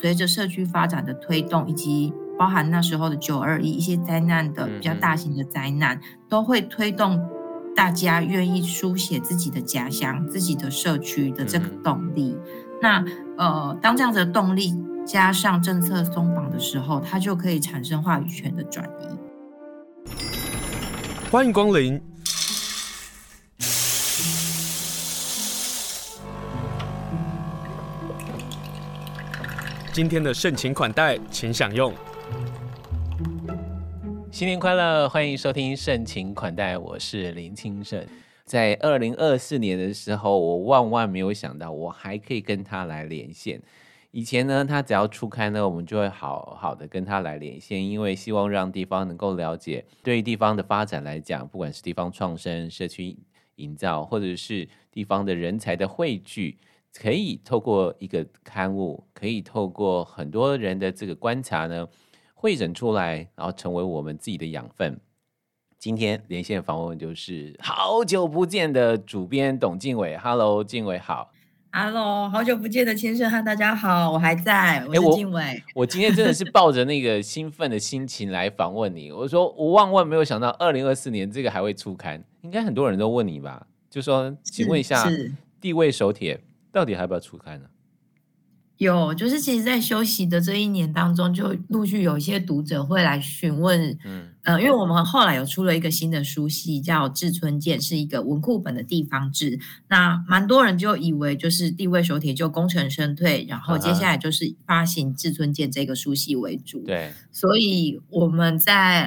随着社区发展的推动，以及包含那时候的921一些灾难的比较大型的灾难，都会推动大家愿意书写自己的家乡、自己的社区的这个动力。那当这样子的动力加上政策松绑的时候，它就可以产生话语权的转移。 欢迎光临。今天的盛情款待，请享用。 新年快乐，欢迎收听盛情款待，我是林清盛。在2024年的时候，我万万没有想到我还可以跟他来连线。以前呢，他只要出刊呢，我们就会好好的跟他来连线，因为希望让地方能够了解，对于地方的发展来讲，不管是地方创生、社区营造，或者是地方的人才的汇聚，可以透过一个刊物，可以透过很多人的这个观察呢，汇整出来，然后成为我们自己的养分。今天连线访问就是好久不见的主编董敬伟。 Hello， 敬伟好。 Hello， 好久不见的先生和大家好，我还在，我是敬伟。 我今天真的是抱着那个兴奋的心情来访问你。我说我万万没有想到2024年这个还会出刊，应该很多人都问你吧，就说请问一下地位手帖到底还要不要出刊呢？ 有，就是其实在休息的这一年当中，就陆续有一些读者会来询问，因为我们后来有出了一个新的书系叫《志村健》，是一个文库本的地方志。那蛮多人就以为就是地位手帖就功成身退，然后接下来就是发行《志村健》这个书系为主。 对， 所以我们在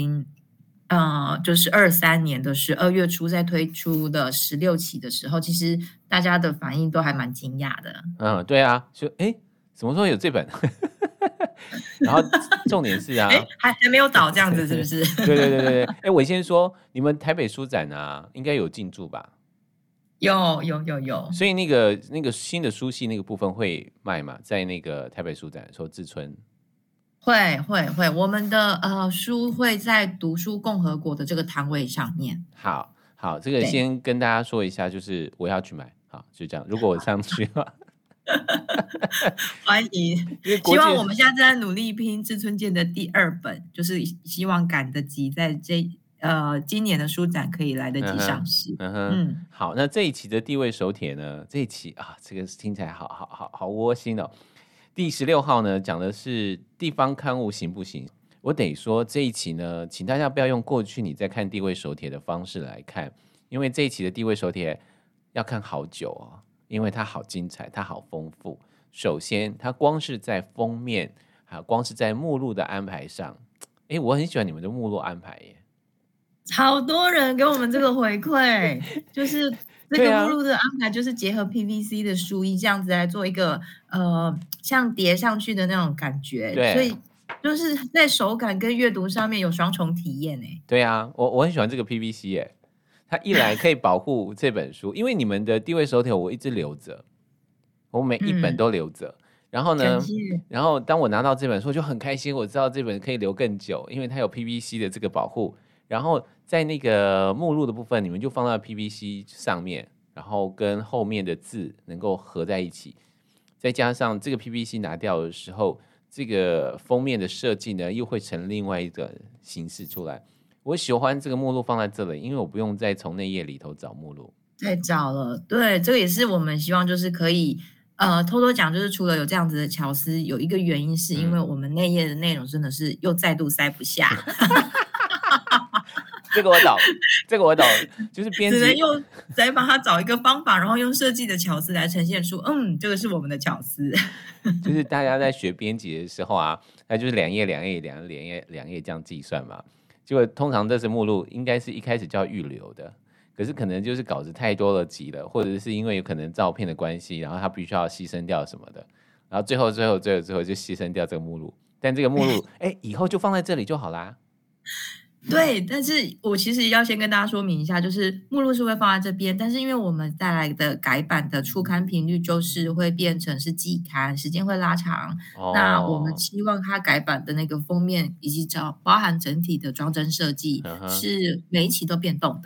就是23年的12月初在推出的16期的时候，其实大家的反应都还蛮惊讶的。 对啊，就什么时候有这本？然后重点是啊， 还没有倒这样子是不是？ 对。我先说，你们台北书展啊，应该有进驻吧？ 有。 所以那个新的书系那个部分会卖嘛？在那个台北书展的时候，志村。 会，我们的书会在读书共和国的这个摊位上面。 好，这个先跟大家说一下，就是我要去买，好，就这样。如果我上去的话， 欢迎。希望我们现在正在努力拼志村健的第2本，就是希望赶得及在今年的书展可以来得及上市。 好，那这一期的地位手帖呢？这一期啊，这个听起来好窝心哦。第16号呢，讲的是地方刊物行不行？我得说这一期呢，请大家不要用过去你在看地位手帖的方式来看，因为这一期的地位手帖要看好久哦，因为它好精彩，它好丰富。首先，它光是在封面，还有光是在目录的安排上，我很喜欢你们的目录安排耶。 好多人给我们这个回馈，就是这个目录的安排就是结合 PVC 的书衣这样子来做一个像叠上去的那种感觉， 对， 所以就是在手感跟阅读上面有双重体验耶。 对啊，我很喜欢这个 PVC 耶，它一来可以保护这本书，因为你们的地位手帖我一直留着，我每一本都留着。然后呢，然后当我拿到这本书就很开心，我知道这本可以留更久，因为它有 PVC 的这个保护。然后在那个目录的部分，你们就放到 PVC 上面，然后跟后面的字能够合在一起，再加上这个 PVC 拿掉的时候，这个封面的设计呢又会成另外一个形式出来。我喜欢这个目录放在这里，因为我不用再从内页里头找目录。 太找了，对，这个也是我们希望就是可以偷偷讲，就是除了有这样子的巧思，有一个原因是因为我们内页的内容真的是又再度塞不下。 这个我懂，就是编辑只能用再帮他找一个方法，然后用设计的巧思来呈现出，这个是我们的巧思。 就是大家在学编辑的时候啊，那就是2页这样计算嘛。结果通常这是目录，应该是一开始就要预留的，可是可能就是稿子太多了急了，或者是因为有可能照片的关系，然后他必须要牺牲掉什么的，然后最后就牺牲掉这个目录。但这个目录，以后就放在这里就好啦。 对，但是我其实要先跟大家说明一下，就是目录是会放在这边，但是因为我们带来的改版的出刊频率就是会变成是季刊，时间会拉长。那我们希望它改版的那个封面以及包含整体的装帧设计是每一期都变动的。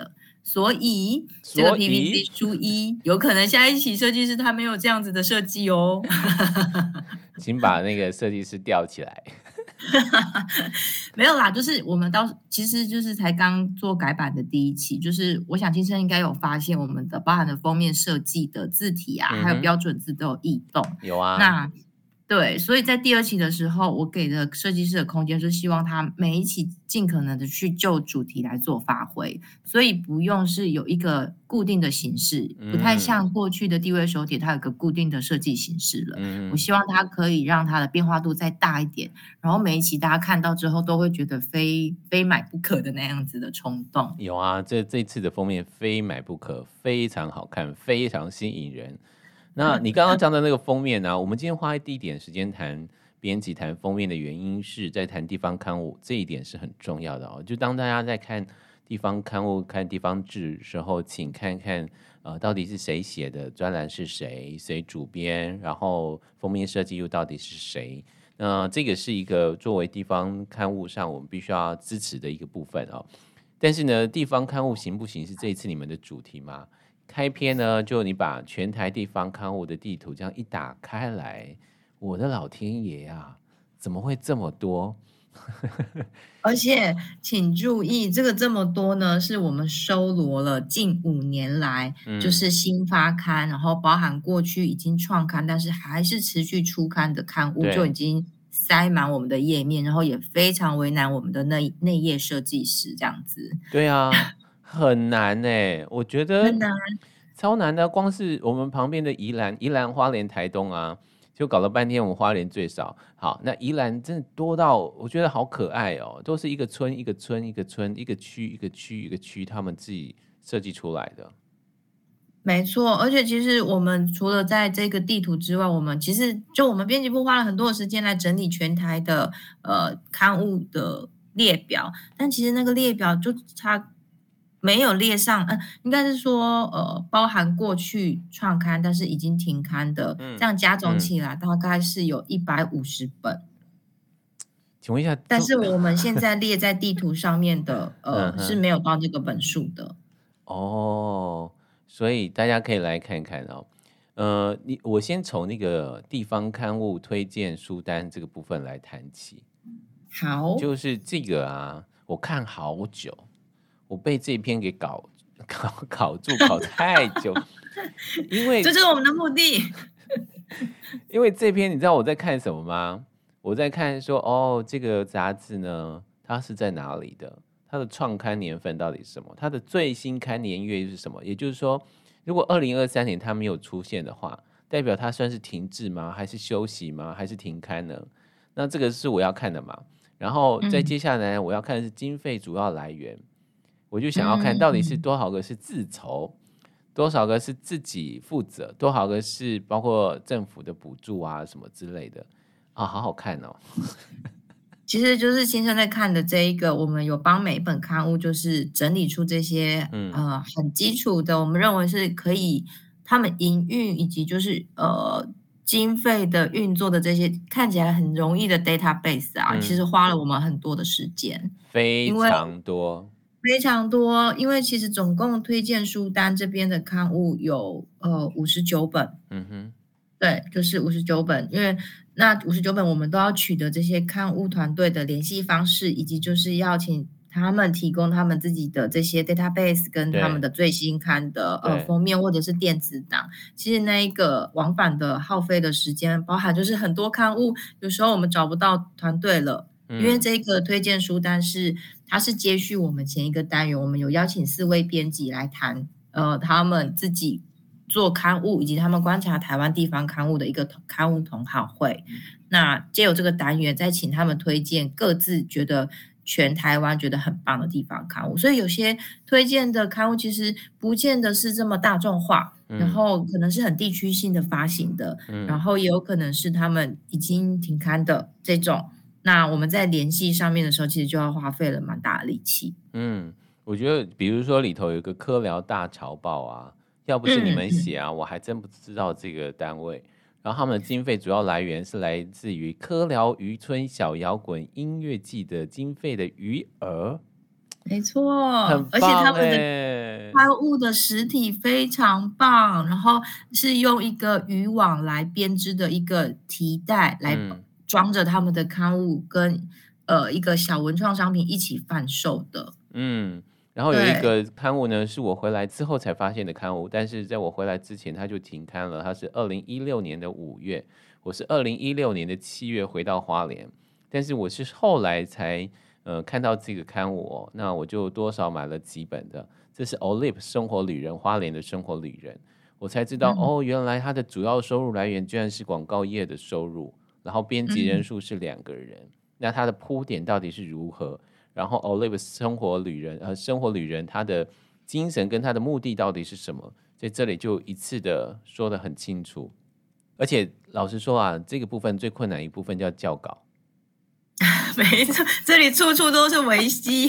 所以这个 PVC 书衣有可能下一期设计师他没有这样子的设计哦。 请把那个设计师吊起来。 没有啦，就是我们其实就是才刚做改版的第一期，就是我想金生应该有发现我们的包含的封面设计的字体啊，还有标准字都有异动。 有啊。 那对，所以在第二期的时候，我给的设计师的空间是希望他每一期尽可能的去就主题来做发挥，所以不用是有一个固定的形式，不太像过去的地位手帖，它有一个固定的设计形式了。我希望它可以让它的变化度再大一点，然后每一期大家看到之后都会觉得非买不可的那样子的冲动。 有啊，这次的封面非买不可，非常好看，非常吸引人。那你刚刚讲的那个封面呢？我们今天花一点时间谈编辑、谈封面的原因是在谈地方刊物，这一点是很重要的哦。就当大家在看地方刊物、看地方志的时候，请看看到底是谁写的，专栏是谁主编，然后封面设计又到底是谁？那这个是一个作为地方刊物上我们必须要支持的一个部分哦。但是呢，地方刊物行不行是这一次你们的主题吗？开篇呢，就你把全台地方刊物的地图这样一打开来，我的老天爷啊，怎么会这么多？ 而且请注意，这么多呢，是我们收罗了近5年来，就是新发刊，然后包含过去已经创刊，但是还是持续出刊的刊物，就已经塞满我们的页面，然后也非常为难我们的内页设计师这样子。 对啊。很难欸，我觉得很难， 超难的。光是我们旁边的宜兰、花莲、台东啊，就搞了半天，我们花莲最少。好，那宜兰真的多到我觉得好可爱哦，都是一个村一个村一个村，一个区一个区一个区，他们自己设计出来的。 没错，而且其实我们除了在这个地图之外，我们编辑部花了很多的时间来整理全台的刊物的列表，但其实那个列表就差没有列上，应该是说包含过去创刊但是已经停刊的，这样加总起来大概是有150本。 请问一下， 但是我们现在列在地图上面的是没有到这个本数的。 哦，所以大家可以来看看哦。我先从那个地方刊物推荐书单这个部分来谈起。 好， 就是这个啊，我看好久，我被这篇给考住，考太久，因为这就是我们的目的。 因为这篇你知道我在看什么吗？我在看说，哦，这个杂志呢，它是在哪里的？它的创刊年份到底是什么？它的最新刊年月是什么？也就是说，如果2023年它没有出现的话，代表它算是停滞吗？还是休息吗？还是停刊呢？那这个是我要看的嘛。然后再接下来我要看的是经费主要来源，我就想要看到底是多少个是自筹，多少个是自己负责，多少个是包括政府的补助啊什么之类的啊，好好看哦。 其实就是先生在看的这一个，我们有帮每一本刊物就是整理出这些很基础的，我们认为是可以他们营运以及就是经费的运作的这些看起来很容易的 database 啊，其实花了我们很多的时间， 非常多， 非常多。因为其实总共推荐书单这边的刊物有59本，对，就是59本。因为那59本我们都要取得这些刊物团队的联系方式，以及就是要请他们提供他们自己的这些 database 跟他们的最新刊的封面或者是电子档。其实那一个往返的耗费的时间，包含就是很多刊物有时候我们找不到团队了，因为这个推荐书单它是接续我们前一个单元，我们有邀请4位编辑来谈他们自己做刊物以及他们观察台湾地方刊物的一个刊物同好会。那藉由这个单元再请他们推荐各自觉得全台湾觉得很棒的地方刊物，所以有些推荐的刊物其实不见得是这么大众化，然后可能是很地区性的发行的，然后也有可能是他们已经停刊的这种。那我们在联系上面的时候，其实就要花费了蛮大的力气。 我觉得比如说里头有一个科寮大潮报啊，要不是你们写啊，我还真不知道这个单位。然后他们的经费主要来源是来自于科寮渔村小摇滚音乐季的经费的余额， 没错， 很而且他棒们的哎。 刊物的实体非常棒，然后是用一个渔网来编织的一个提袋来嗯。 装着他们的刊物跟一个小文创商品一起贩售的。 嗯，然后有一对， 个刊物呢，是我回来之后才发现的刊物，但是在我回来之前它就停刊了。它是2016年的5月，我是2016年的7月回到花莲，但是我是后来才看到这个刊物哦，那我就多少买了几本的。这是 Olive 生活旅人，花莲的生活旅人，我才知道嗯哦，原来它的主要收入来源居然是广告业的收入，然后编辑人嗯。 数是2个人，那它的铺点到底是如何？然后 Olive 生活旅人他的精神跟他的目的到底是什么，在这里就一次的说得很清楚。而且老实说啊，这个部分最困难一部分叫校稿。 没错，这里处处都是维 C。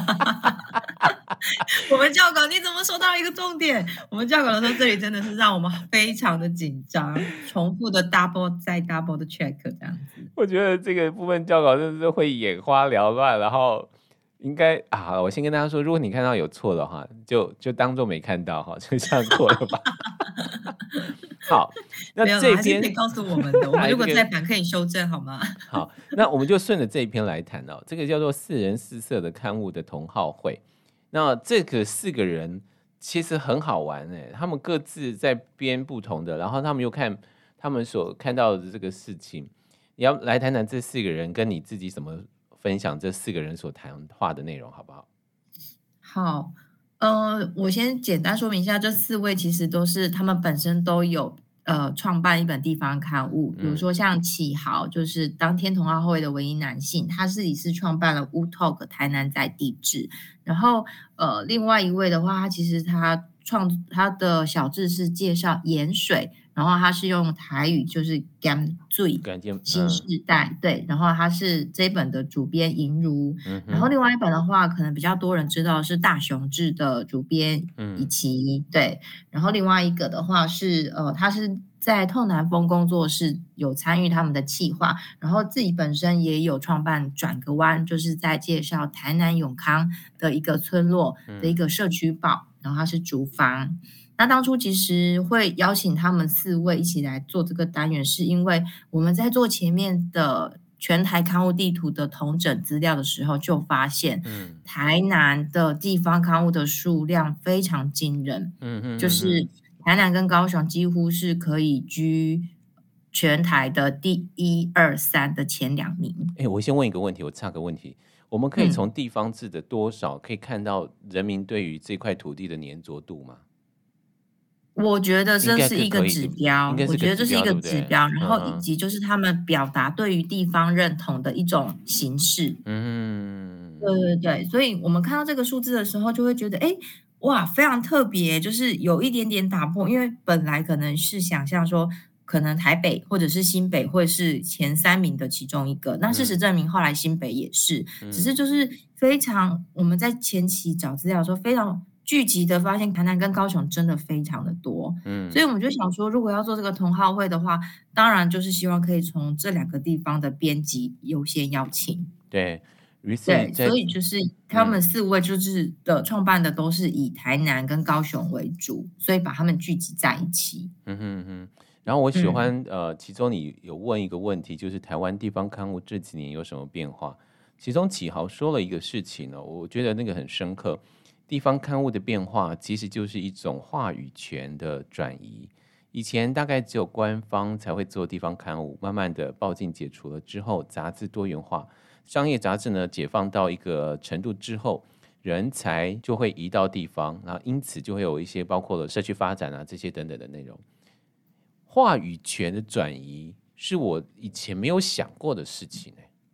我们校稿，你怎么说到一个重点？我们校稿的时候，这里真的是让我们非常的紧张，重复的 double 再 double 的 check 这样子。 我觉得这个部分校稿真的是会眼花缭乱，然后应该啊，我先跟大家说，如果你看到有错的话，就当做没看到哈，就这样过了吧。好，那没有啦， 这篇还是可以告诉我们的，我们如果再版可以修正好吗？ 好，那我们就顺着这一篇来谈哦。这个叫做4人4色的刊物的同好会，那这个4个人其实很好玩哎，他们各自在编不同的，然后他们又看他们所看到的这个事情。你要来谈谈这4个人跟你自己怎么分享这4个人所谈话的内容，好不好？ 好，我先简单说明一下，这4位其实都是他们本身都有创办一本地方刊物，比如说像启豪，就是当天同好会的唯一男性，他自己是创办了 Wu Talk 台南在地志，然后另外一位的话，他其实他的小志是介绍盐水，然后他是用台语就是甘最感觉新世代，对，然后他是这本的主编银如，然后另外一本的话，可能比较多人知道是大雄志的主编以琪，对，然后另外一个的话是他是在透南风工作室有参与他们的企划，然后自己本身也有创办转个弯，就是在介绍台南永康的一个村落的一个社区报，然后他是主房。那当初其实会邀请他们4位一起来做这个单元，是因为我们在做前面的全台刊物地图的统整资料的时候，就发现，台南的地方刊物的数量非常惊人，就是台南跟高雄几乎是可以居全台的第1、2、3的前2名。 我先问一个问题，我插个问题，我们可以从地方志的多少可以看到人民对于这块土地的粘着度吗？ 我觉得这是一个指标， 应该是我觉得这是一个指标，然后以对？ 及就是他们表达对于地方认同的一种形式。对对对，所以我们看到这个数字的时候，就会觉得，哎，哇，非常特别，就是有一点点打破，因为本来可能是想象说，可能台北或者是新北会是前3名的其中一个，那事实证明后来新北也是，只是就是非常我们在前期找资料的时候非常聚集的发现，台南跟高雄真的非常的多，所以我们就想说，如果要做这个同好会的话，当然就是希望可以从这2个地方的编辑优先邀请。 对， 对，所以就是他们4位就是创办的都是以台南跟高雄为主，所以把他们聚集在一起。 然后我喜欢其中你有问一个问题，就是台湾地方刊物这几年有什么变化？其中启豪说了一个事情呢，我觉得那个很深刻。地方刊物的变化其实就是一种话语权的转移。以前大概只有官方才会做地方刊物，慢慢的报禁解除了之后，杂志多元化，商业杂志呢解放到一个程度之后，人才就会移到地方，然后因此就会有一些包括了社区发展啊这些等等的内容。话语权的转移是我以前没有想过的事情。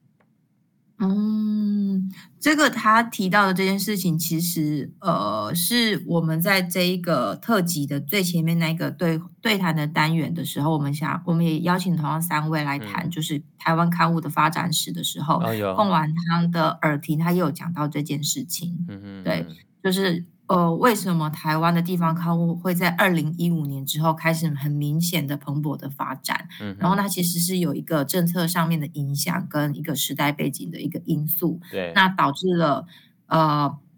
这个他提到的这件事情，其实是我们在这一个特辑的最前面那个对谈的单元的时候，我们也邀请同样3位来谈，就是台湾刊物的发展史的时候，凤丸汤的耳婷他也有讲到这件事情。对，就是为什么台湾的地方刊物会在2015年之后开始很明显的蓬勃的发展？然后它其实是有一个政策上面的影响跟一个时代背景的一个因素， 对， 那导致了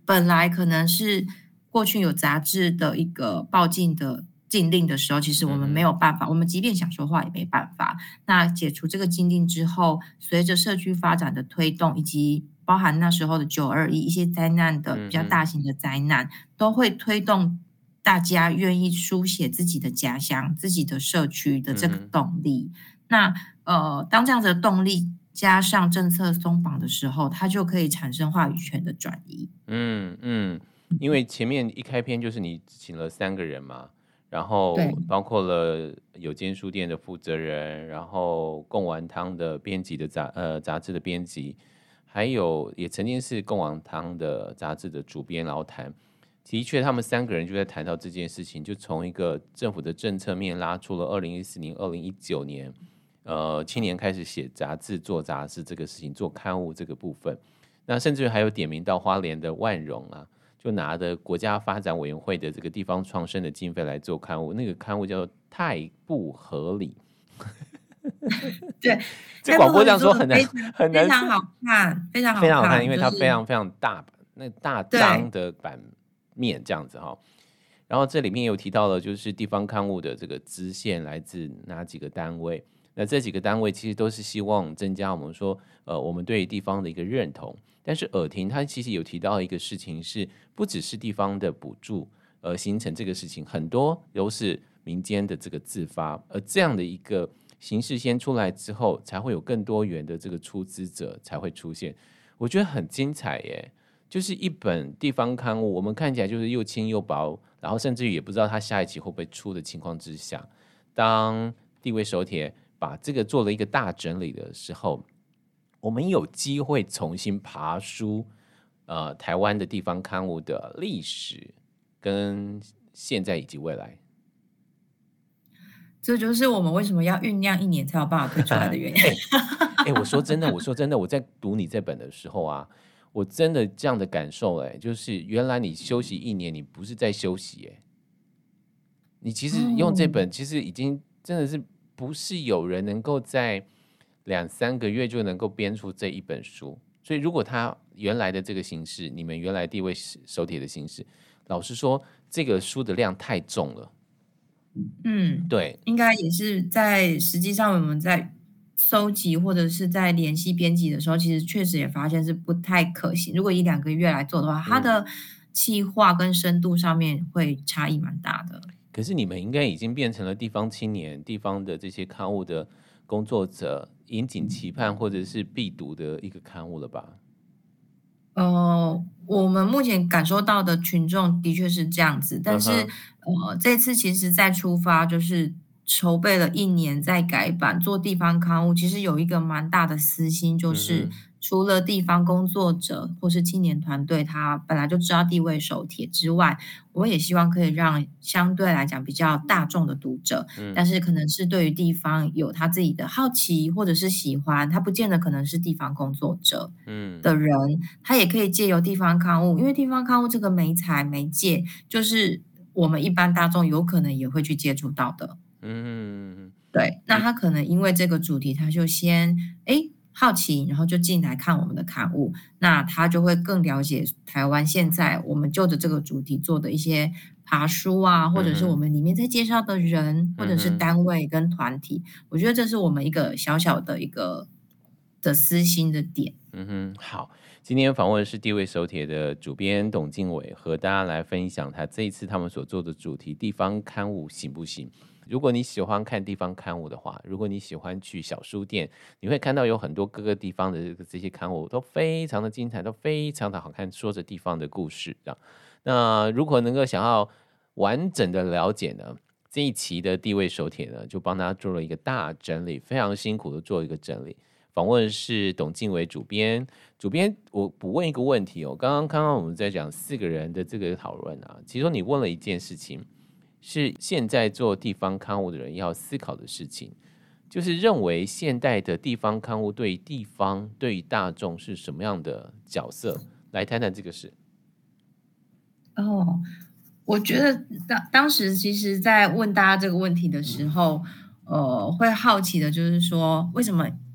本来可能是过去有杂志的一个报禁的禁令的时候，其实我们没有办法，我们即便想说话也没办法。那解除这个禁令之后，随着社区发展的推动，以及包含那时候的921一些灾难的比较大型的灾难，都会推动大家愿意书写自己的家乡、自己的社区的这个动力。那当这样子的动力加上政策松绑的时候，它就可以产生话语权的转移。 因为前面一开篇就是你请了3个人嘛，然后包括了有间书店的负责人，然后贡丸汤的编辑的杂志的编辑，还有也曾经是贡丸汤的杂志的主编老谭。的确，他们3个人就在谈到这件事情，就从一个政府的政策面拉出了2014年、2019年，青年开始写杂志、做杂志这个事情，做刊物这个部分。那甚至还有点名到花莲的万荣啊，就拿着国家发展委员会的这个地方创生的经费来做刊物，那个刊物叫做《太不合理》。 对， 这广播这样说很难， 非常好看，非常好看， 因为它非常非常大，那大张的版面这样子哈。然后这里面有提到了，就是地方刊物的这个支线来自哪几个单位？那这几个单位其实都是希望增加我们说，我们对地方的一个认同。但是尔婷他其实有提到一个事情是，不只是地方的补助形成这个事情，很多都是民间的这个自发，而这样的一个形式先出来之后，才会有更多元的这个出资者才会出现。我觉得很精彩耶，就是一本地方刊物，我们看起来就是又轻又薄，然后甚至于也不知道它下一期会不会出的情况之下，当地位手帖把这个做了一个大整理的时候，我们有机会重新爬梳台湾的地方刊物的历史跟现在以及未来。 这就是我们为什么要酝酿1年才有办法推出来的原因。 我说真的，我在读你这本的时候啊，我真的这样的感受，就是原来你休息1年，你不是在休息，你其实用这本，其实已经真的是不是有人能够在2-3个月就能够编出这一本书。所以如果他原来的这个形式，你们原来地位手帖的形式，老实说，这个书的量太重了。对， 应该也是在实际上我们在收集或者是在联系编辑的时候，其实确实也发现是不太可行。如果以2个月来做的话，它的企划跟深度上面会差异蛮大的。 可是你们应该已经变成了地方青年、地方的这些刊物的工作者引颈期盼或者是必读的一个刊物了吧？ 我们目前感受到的群众的确是这样子，但是这次其实在出发就是筹备了1年在改版做地方刊物，其实有一个蛮大的私心，就是除了地方工作者或是青年团队他本来就知道地位手帖之外，我也希望可以让相对来讲比较大众的读者，但是可能是对于地方有他自己的好奇或者是喜欢，他不见得可能是地方工作者的人，他也可以借由地方刊物，因为地方刊物这个媒材媒介就是我们一般大众有可能也会去接触到的。对，那他可能因为这个主题，他就先好奇，然后就进来看我们的刊物，那他就会更了解台湾现在我们就着这个主题做的一些爬书啊，或者是我们里面在介绍的人，或者是单位跟团体，我觉得这是我们一个小小的一个的私心的点。 好，今天访问的是地位手帖的主编董敬伟，和大家来分享他这一次他们所做的主题地方刊物行不行？如果你喜欢看地方刊物的话，如果你喜欢去小书店，你会看到有很多各个地方的这些刊物都非常的精彩，都非常的好看，说着地方的故事。那如果能够想要完整的了解呢，这一期的地位手帖呢，就帮他做了一个大整理，非常辛苦的做一个整理。访问是董敬伟主编，我补问一个问题哦。刚刚我们在讲4个人的这个讨论啊，其中你问了一件事情，是现在做地方刊物的人要思考的事情，就是认为现代的地方刊物对地方、对大众是什么样的角色？来谈谈这个事。 我觉得当时其实在问大家这个问题的时候，会好奇的就是说，为什么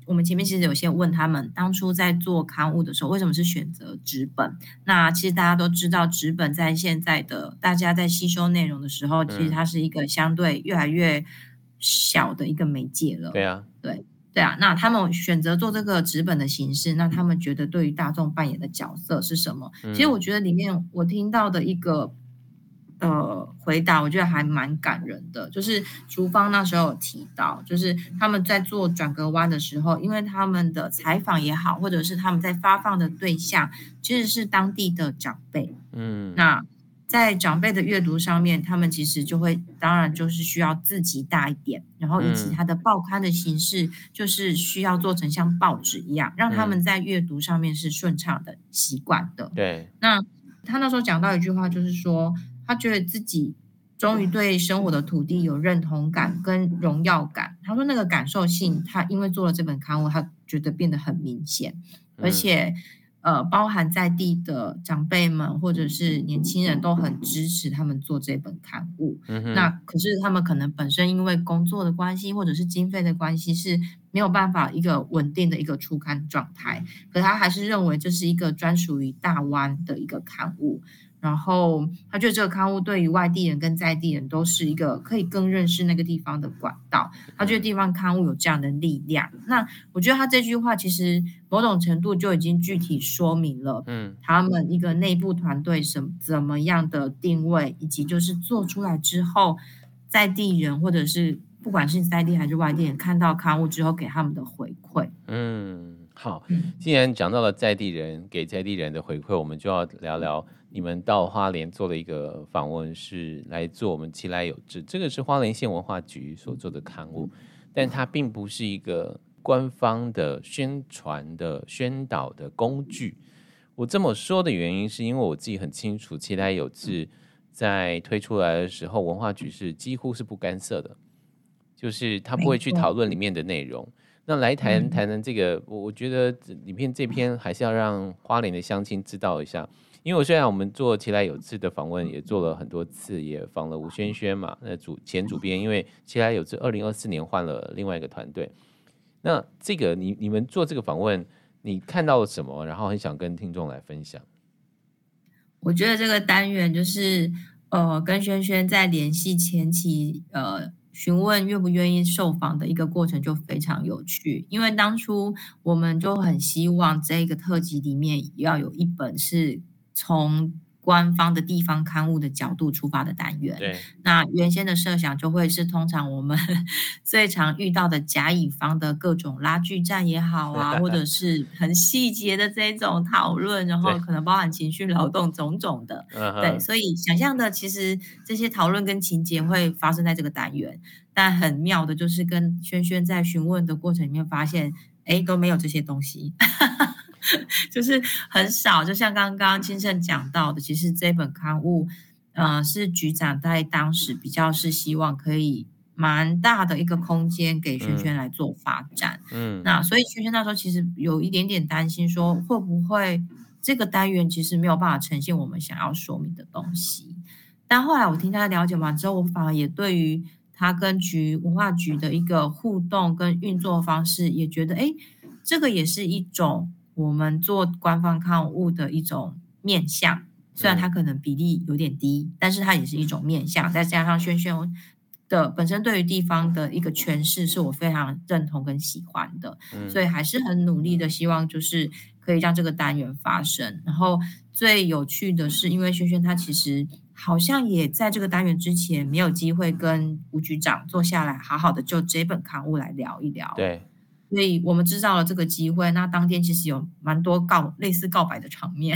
我们前面其实有些问他们当初在做刊物的时候，为什么是选择纸本？那其实大家都知道，纸本在现在的大家在吸收内容的时候，其实它是一个相对越来越小的一个媒介了。 对啊， 对啊，那他们选择做这个纸本的形式，那他们觉得对于大众扮演的角色是什么？其实我觉得里面我听到的一个回答，我觉得还蛮感人的。就是厨方那时候有提到，就是他们在做转格湾的时候，因为他们的采访也好，或者是他们在发放的对象其实是当地的长辈。那在长辈的阅读上面，他们其实就会，当然就是需要字级大一点，然后以及它的报刊的形式，就是需要做成像报纸一样，让他们在阅读上面是顺畅的、习惯的。 对。 那他那时候讲到一句话，就是说，他觉得自己终于对生活的土地有认同感跟荣耀感。他说那个感受性，他因为做了这本刊物，他觉得变得很明显，而且包含在地的长辈们或者是年轻人都很支持他们做这本刊物。那可是他们可能本身因为工作的关系或者是经费的关系是没有办法一个稳定的一个出刊状态，可他还是认为这是一个专属于大湾的一个刊物。然后他觉得这个刊物对于外地人跟在地人都是一个可以更认识那个地方的管道。他觉得地方刊物有这样的力量。那我觉得他这句话其实某种程度就已经具体说明了他们一个内部团队怎么样的定位，以及就是做出来之后在地人或者是不管是在地还是外地人看到刊物之后给他们的回馈。 好，既然讲到了在地人给在地人的回馈，我们就要聊聊你们到花莲做的一个访问，是来做我们其来有志，这个是花莲县文化局所做的刊物，但它并不是一个官方的宣传的宣导的工具。我这么说的原因是因为我自己很清楚，其来有志在推出来的时候，文化局是几乎是不干涉的，就是他不会去讨论里面的内容。那来谈谈这个，我觉得里面这篇还是要让花莲的乡亲知道一下，因为我虽然我们做其来有志的访问也做了很多次，也访了吴萱萱嘛，那前主编，因为其来有志2024年换了另外一个团队，那这个你们做这个访问，你看到了什么？然后很想跟听众来分享。 我觉得这个单元就是跟萱萱在联系前期询问愿不愿意受访的一个过程就非常有趣，因为当初我们就很希望这个特辑里面要有一本是从官方的地方刊物的角度出发的单元。 对， 那原先的设想就会是通常我们最常遇到的甲乙方的各种拉锯战也好啊，或者是很细节的这种讨论，然后可能包含情绪劳动种种的。对，所以想象的其实这些讨论跟情节会发生在这个单元，但很妙的就是跟萱萱在询问的过程里面发现，都没有这些东西。就是很少，就像刚刚清盛讲到的，其实这本刊物是局长在当时比较是希望可以蛮大的一个空间给萱萱来做发展。那所以萱萱那时候其实有一点点担心说会不会这个单元其实没有办法呈现我们想要说明的东西。但后来我听他了解完之后，我反而也对于他跟文化局的一个互动跟运作方式也觉得这个也是一种我们做官方刊物的一种面向，虽然它可能比例有点低，但是它也是一种面向，再加上萱萱的本身对于地方的一个诠释是我非常认同跟喜欢的，所以还是很努力的希望就是可以让这个单元发生。然后最有趣的是，因为萱萱她其实好像也在这个单元之前没有机会跟吴局长坐下来好好的就这本刊物来聊一聊。 对， 所以我们知道了这个机会，那当天其实有蛮多类似告白的场面。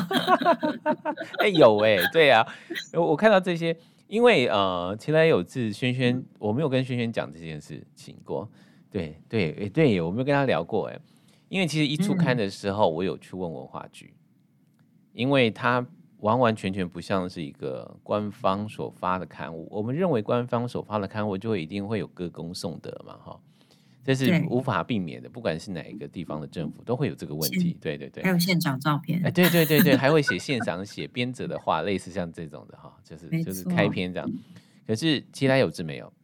有对啊，我看到这些，因为其来有志萱萱，我没有跟萱萱讲这件事情过，对，我没有跟他聊过因为其实一出刊的时候，我有去问文化局，因为他完完全全不像是一个官方所发的刊物，我们认为官方所发的刊物就会一定会有歌功颂德嘛，这是无法避免的，不管是哪一个地方的政府都会有这个问题。对， 还有县长照片。 对，还会写县长写编者的话，类似像这种的就是开篇这样。可是其来有志没有。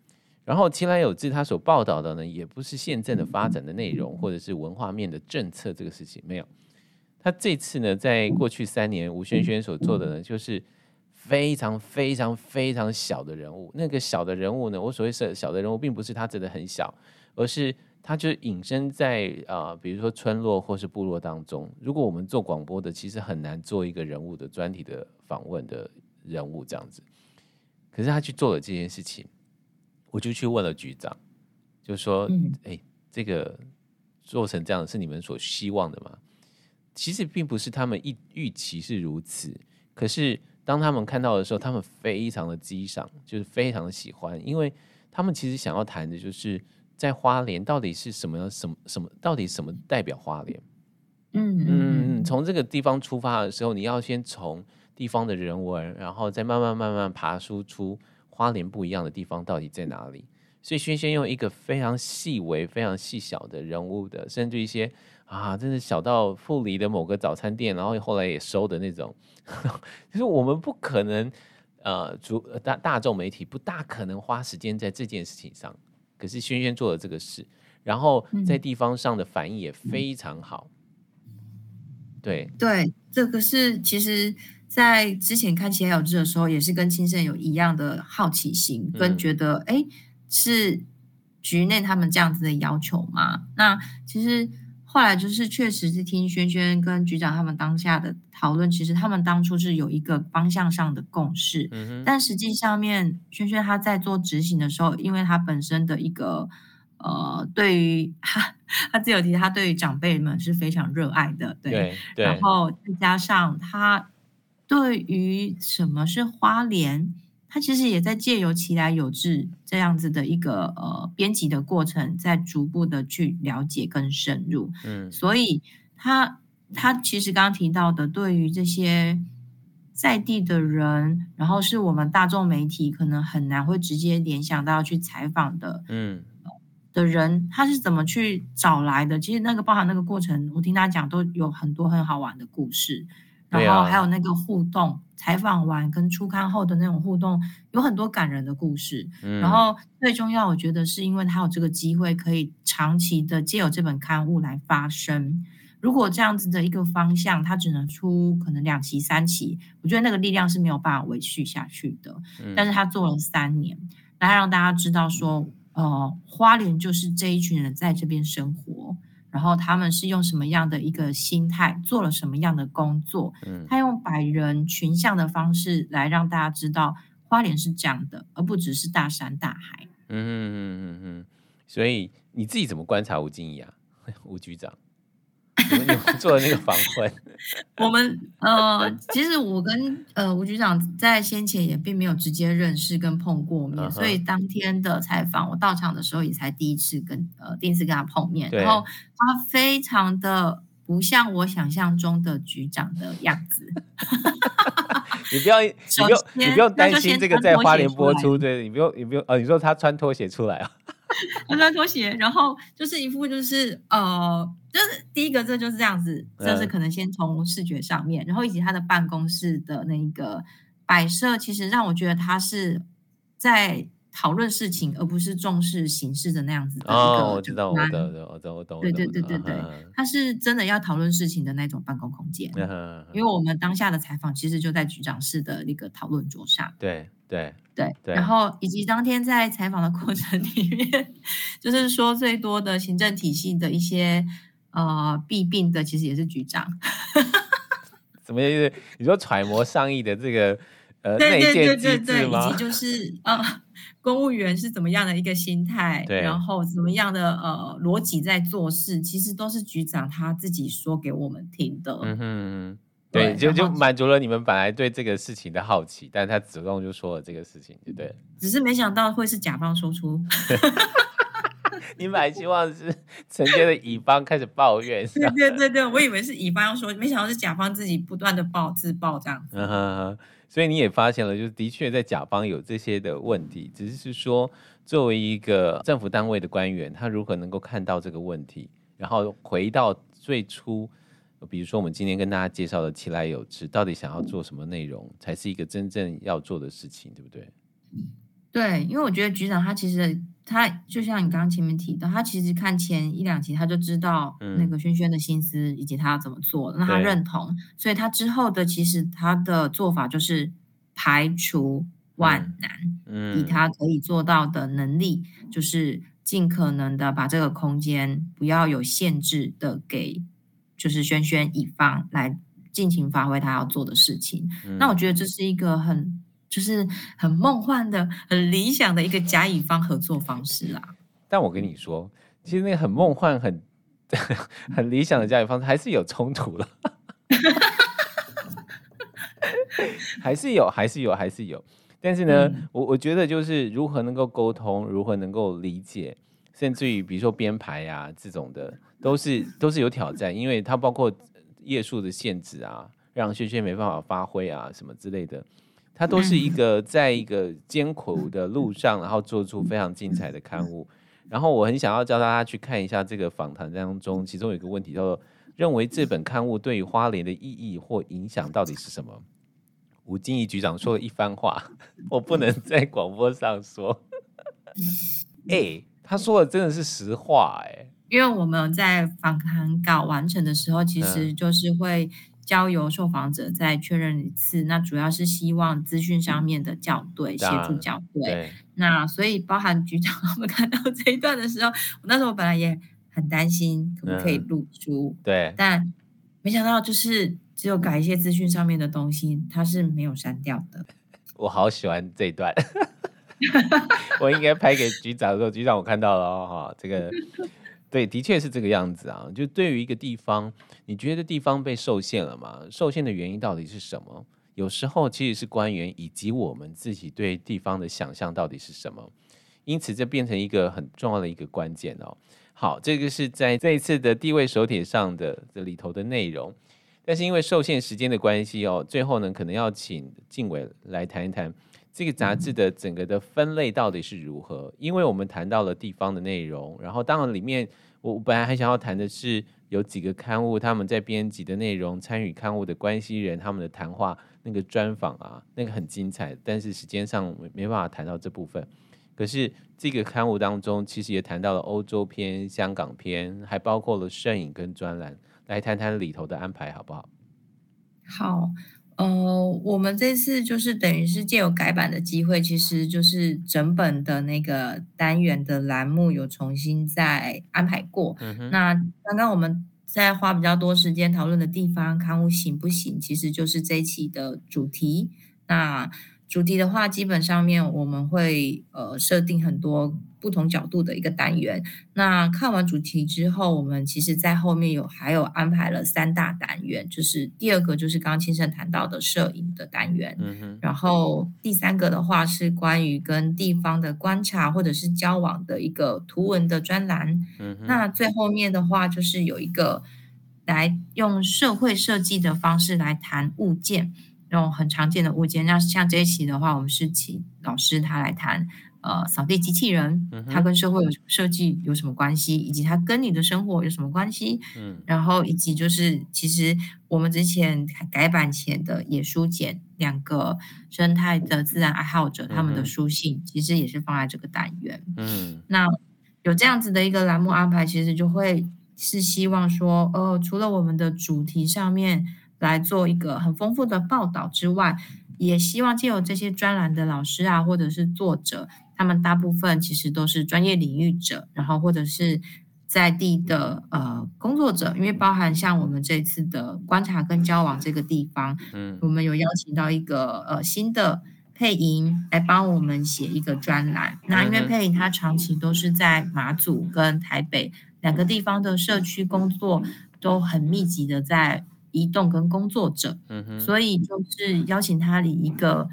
然后其来有志他所报道的呢，也不是宪政的发展的内容，或者是文化面的政策这个事情，没有。他这次呢，在过去3年，吴轩轩所做的呢，就是非常非常非常小的人物。那个小的人物呢，我所谓的小的人物，并不是他真的很小，而是他就隐身在比如说村落或是部落当中。如果我们做广播的，其实很难做一个人物的专题的访问的人物这样子。可是他去做了这件事情，我就去问了局长，就说：“这个做成这样是你们所希望的吗？”其实并不是他们预期是如此，可是当他们看到的时候，他们非常的激赏，就是非常的喜欢，因为他们其实想要谈的就是在花莲到底是什么，到底什么代表花莲？从这个地方出发的时候，你要先从地方的人文，然后再慢慢爬输出花莲不一样的地方到底在哪里。所以轩轩用一个非常细微、非常细小的人物的，甚至一些真的小到富里的某个早餐店，然后后来也收的那种，就是我们不可能大众媒体不大可能花时间在这件事情上，可是轩轩做了这个事，然后在地方上的反应也非常好。对， 这个是其实在之前看《其来有志》的时候，也是跟亲生有一样的好奇心，跟觉得是局内他们这样子的要求吗？那其实后来就是确实是听轩轩跟局长他们当下的讨论，其实他们当初是有一个方向上的共识，但实际上面轩轩他在做执行的时候，因为他本身的一个对于他自己有提，他对于长辈们是非常热爱的，对，然后再加上他对于什么是花莲，他其实也在借由其来有志这样子的一个编辑的过程，在逐步的去了解跟深入。所以他其实刚刚提到的，对于这些在地的人，然后是我们大众媒体可能很难会直接联想到要去采访的，的人，他是怎么去找来的？其实那个包含那个过程，我听他讲都有很多很好玩的故事。然后还有那个互动，采访完跟出刊后的那种互动，有很多感人的故事。然后最重要，我觉得是因为他有这个机会，可以长期的借由这本刊物来发声。如果这样子的一个方向，它只能出可能2期、3期，我觉得那个力量是没有办法维续下去的。但是他做了3年，来让大家知道说，花莲就是这一群人在这边生活。然后他们是用什么样的一个心态，做了什么样的工作？他用百人群像的方式来让大家知道花莲是这样的，而不只是大山大海。 所以你自己怎么观察吴金怡啊，吴局长？你们做的那个访问， 我们其实我跟吴局长在先前也并没有直接认识跟碰过面，所以当天的采访我到场的时候也才第一次跟他碰面，然后他非常的不像我想象中的局长的样子。 你不用担心这个在花莲播出，对，你不用你说他穿拖鞋出来啊？ 他穿拖鞋，然后就是一副就是就是第一个这就是这样子，这是可能先从视觉上面，然后以及他的办公室的那个摆设，其实让我觉得他是在讨论事情，而不是重视形式的那样子的一个。 我知道，我懂。 对，他是真的要讨论事情的那种办公空间。因为我们当下的采访其实就在局长室的那个讨论桌上。 对， 然后以及当天在采访的过程里面，就是说最多的行政体系的一些弊病的，其实也是局长。 什么意思？你说揣摩上意的这个内建机制吗？ 以及就是公务员是怎么样的一个心态，然后怎么样的逻辑在做事，其实都是局长他自己说给我们听的。 对，就满足了你们本来对这个事情的好奇，但他主动就说了这个事情，对不对？ 只是没想到会是甲方说出。 你本来希望是承接的乙方开始抱怨。 对，我以为是乙方要说，没想到是甲方自己不断的自爆这样子。 所以你也发现了，就是的确在甲方有这些的问题，只是说作为一个政府单位的官员，他如何能够看到这个问题，然后回到最初，比如说我们今天跟大家介绍的其来有志，到底想要做什么内容，才是一个真正要做的事情，对不对？ 对，因为我觉得局长他其实他就像你刚刚前面提到，他其实看前1-2集他就知道那个萱萱的心思以及他要怎么做，那他认同，所以他之后的其实他的做法就是排除万难，以他可以做到的能力，就是尽可能的把这个空间不要有限制的给就是萱萱乙方来尽情发挥他要做的事情。那我觉得这是一个就是很梦幻的、很理想的一个甲乙方合作方式啦。 但我跟你说，其实那个很梦幻、很理想的甲乙方式还是有冲突了，还是有。但是呢，我觉得就是如何能够沟通，如何能够理解，甚至于比如说编排啊这种的，都是有挑战，因为它包括页数的限制啊，让萱萱没办法发挥啊什么之类的。它都是在一个艰苦的路上，然后做出非常精彩的刊物。然后我很想要教大家去看一下这个访谈当中，其中有一个问题叫做认为这本刊物对于花莲的意义或影响到底是什么？吴金怡局长说了一番话，我不能在广播上说。他说的真的是实话因为我们在访谈稿完成的时候，其实就是会交由受访者再确认一次，那主要是希望资讯上面的校对，协助校对。那所以包含局长他们看到这一段的时候，那时候我本来也很担心可不可以露出， 对， 但没想到就是只有改一些资讯上面的东西，它是没有删掉的。 我好喜欢这一段，我应该拍给局长说，局长我看到了哦，这个。对，的确是这个样子啊。就对于一个地方，你觉得地方被受限了吗？受限的原因到底是什么？有时候其实是官员以及我们自己对地方的想象到底是什么。因此，这变成一个很重要的一个关键哦。好，这个是在这一次的地位手帖上的这里头的内容。但是因为受限时间的关系哦，最后呢，可能要请静伟来谈一谈这个杂志的整个的分类到底是如何。因为我们谈到了地方的内容，然后当然里面我本来还想要谈的是有几个刊物他们在编辑的内容，参与刊物的关系人他们的谈话，那个专访啊，那个很精彩，但是时间上没办法谈到这部分。可是这个刊物当中其实也谈到了欧洲篇、香港篇，还包括了摄影跟专栏，来谈谈里头的安排好不好？ 好，我们这次就是等于是借有改版的机会，其实就是整本的那个单元的栏目有重新再安排过。那刚刚我们在花比较多时间讨论的地方刊物行不行，其实就是这一期的主题。那主题的话，基本上面我们会设定很多不同角度的一个单元。那看完主题之后，我们其实在后面还有安排了3大单元，就是第2个就是刚刚清盛谈到的摄影的单元，然后第3个的话是关于跟地方的观察或者是交往的一个图文的专栏。那最后面的话就是有一个来用社会设计的方式来谈物件。那种很常见的物件，那像这一期的话，我们是请老师他来谈扫地机器人，它跟社会设计有什么关系，以及它跟你的生活有什么关系。然后以及就是其实我们之前改版前的野书简2个生态的自然爱好者他们的书信，其实也是放在这个单元。那有这样子的一个栏目安排，其实就会是希望说，除了我们的主题上面来做一个很丰富的报道之外，也希望借由这些专栏的老师啊，或者是作者，他们大部分其实都是专业领域者，然后或者是在地的工作者，因为包含像我们这次的观察跟交往这个地方，我们有邀请到一个新的佩莹来帮我们写一个专栏。那因为佩莹她长期都是在马祖跟台北2个地方的社区工作，都很密集的在移动跟工作者，所以就是邀请他以一个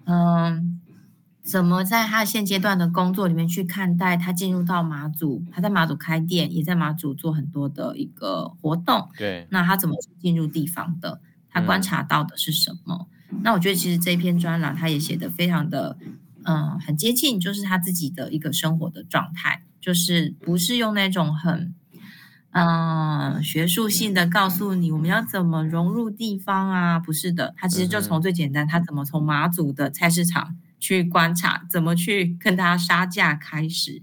怎么在他现阶段的工作里面去看待他进入到马祖，他在马祖开店，也在马祖做很多的一个活动。 对， 那他怎么进入地方的？他观察到的是什么？那我觉得其实这篇专栏他也写得非常的很接近，就是他自己的一个生活的状态，就是不是用那种很学术性的告诉你我们要怎么融入地方啊，不是的，他其实就从最简单，他怎么从马祖的菜市场去观察，怎么去跟大家杀价开始。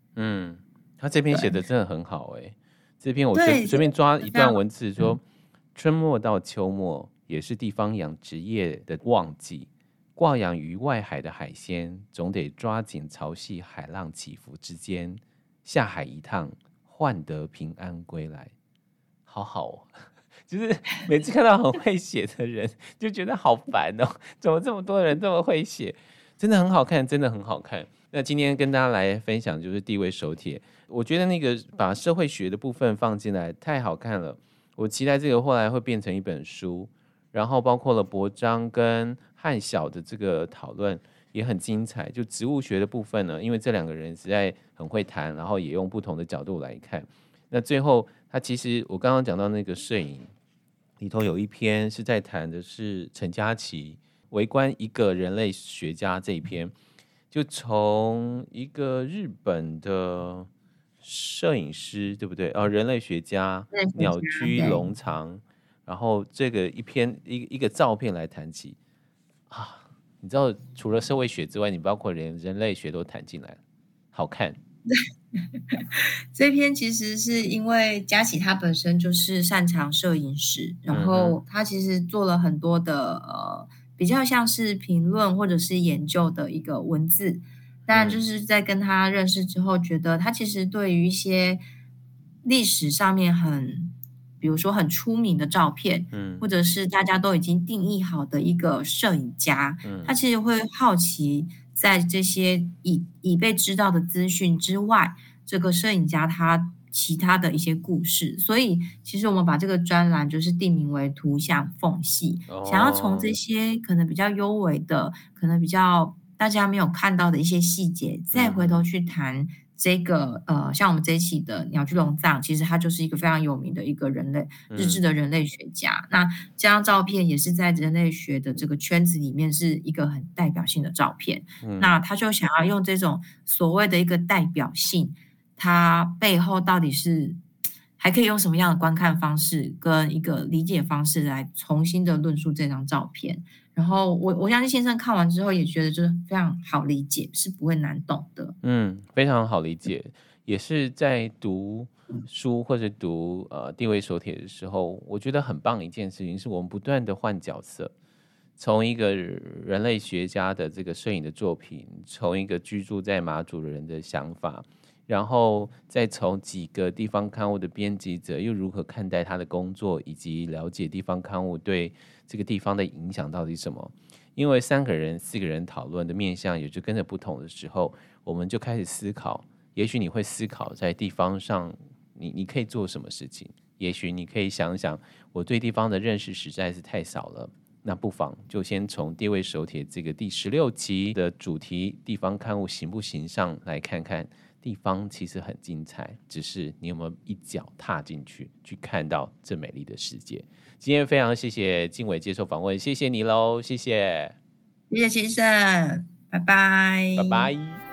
他这篇写的真的很好这篇我对， 随便抓一段文字说， 嗯春末到秋末也是地方养殖业的旺季，挂养于外海的海鲜总得抓紧潮汐海浪起伏之间下海一趟，换得平安归来。好好就是每次看到很会写的人就觉得好烦怎么这么多人这么会写，真的很好看，真的很好看。那今天跟大家来分享就是地位手帖，我觉得那个把社会学的部分放进来太好看了，我期待这个后来会变成一本书，然后包括了博章跟汉晓的这个讨论也很精彩。就植物学的部分呢，因为这两个人实在很会谈，然后也用不同的角度来看。那最后他其实我刚刚讲到那个摄影里头有一篇是在谈的是陈嘉琪围观一个人类学家这一篇，就从一个日本的摄影师对不对？人类学家鸟居龙藏，然后这个一个照片来谈起啊，你知道除了社会学之外，你包括连人类学都谈进来了，好看。 这篇其实是因为嘉琪他本身就是擅长摄影史，然后他其实做了很多的比较像是评论或者是研究的一个文字，但就是在跟他认识之后，觉得他其实对于一些历史上面比如说很出名的照片，或者是大家都已经定义好的一个摄影家，他其实会好奇在这些已被知道的资讯之外，这个摄影家他其他的一些故事。所以其实我们把这个专栏就是定名为图像缝隙，想要从这些可能比较幽微的，可能比较大家没有看到的一些细节，再回头去谈这个像我们这一期的鸟居龙藏，其实他就是一个非常有名的一个日治的人类学家。那这张照片也是在人类学的这个圈子里面是一个很代表性的照片。那他就想要用这种所谓的一个代表性，它背后到底是还可以用什么样的观看方式跟一个理解方式来重新的论述这张照片。然后我相信先生看完之后也觉得就是非常好理解，是不会难懂的。 非常好理解，也是在读书或者读地位手帖的时候，我觉得很棒的一件事情是我们不断的换角色，从一个人类学家的这个摄影的作品，从一个居住在马祖的人的想法，然后再从几个地方刊物的编辑者又如何看待他的工作，以及了解地方刊物对这个地方的影响到底是什么。因为3个人4个人讨论的面向也就跟着不同的时候，我们就开始思考，也许你会思考在地方上你可以做什么事情，也许你可以想想我对地方的认识实在是太少了，那不妨就先从地位手帖这个第16期的主题地方刊物行不行上来看看，地方其实很精彩，只是你有没有一脚踏进去，去看到这美丽的世界。今天非常谢谢靖伟接受访问，谢谢你喽，谢谢， 谢谢先生，拜拜， 拜拜。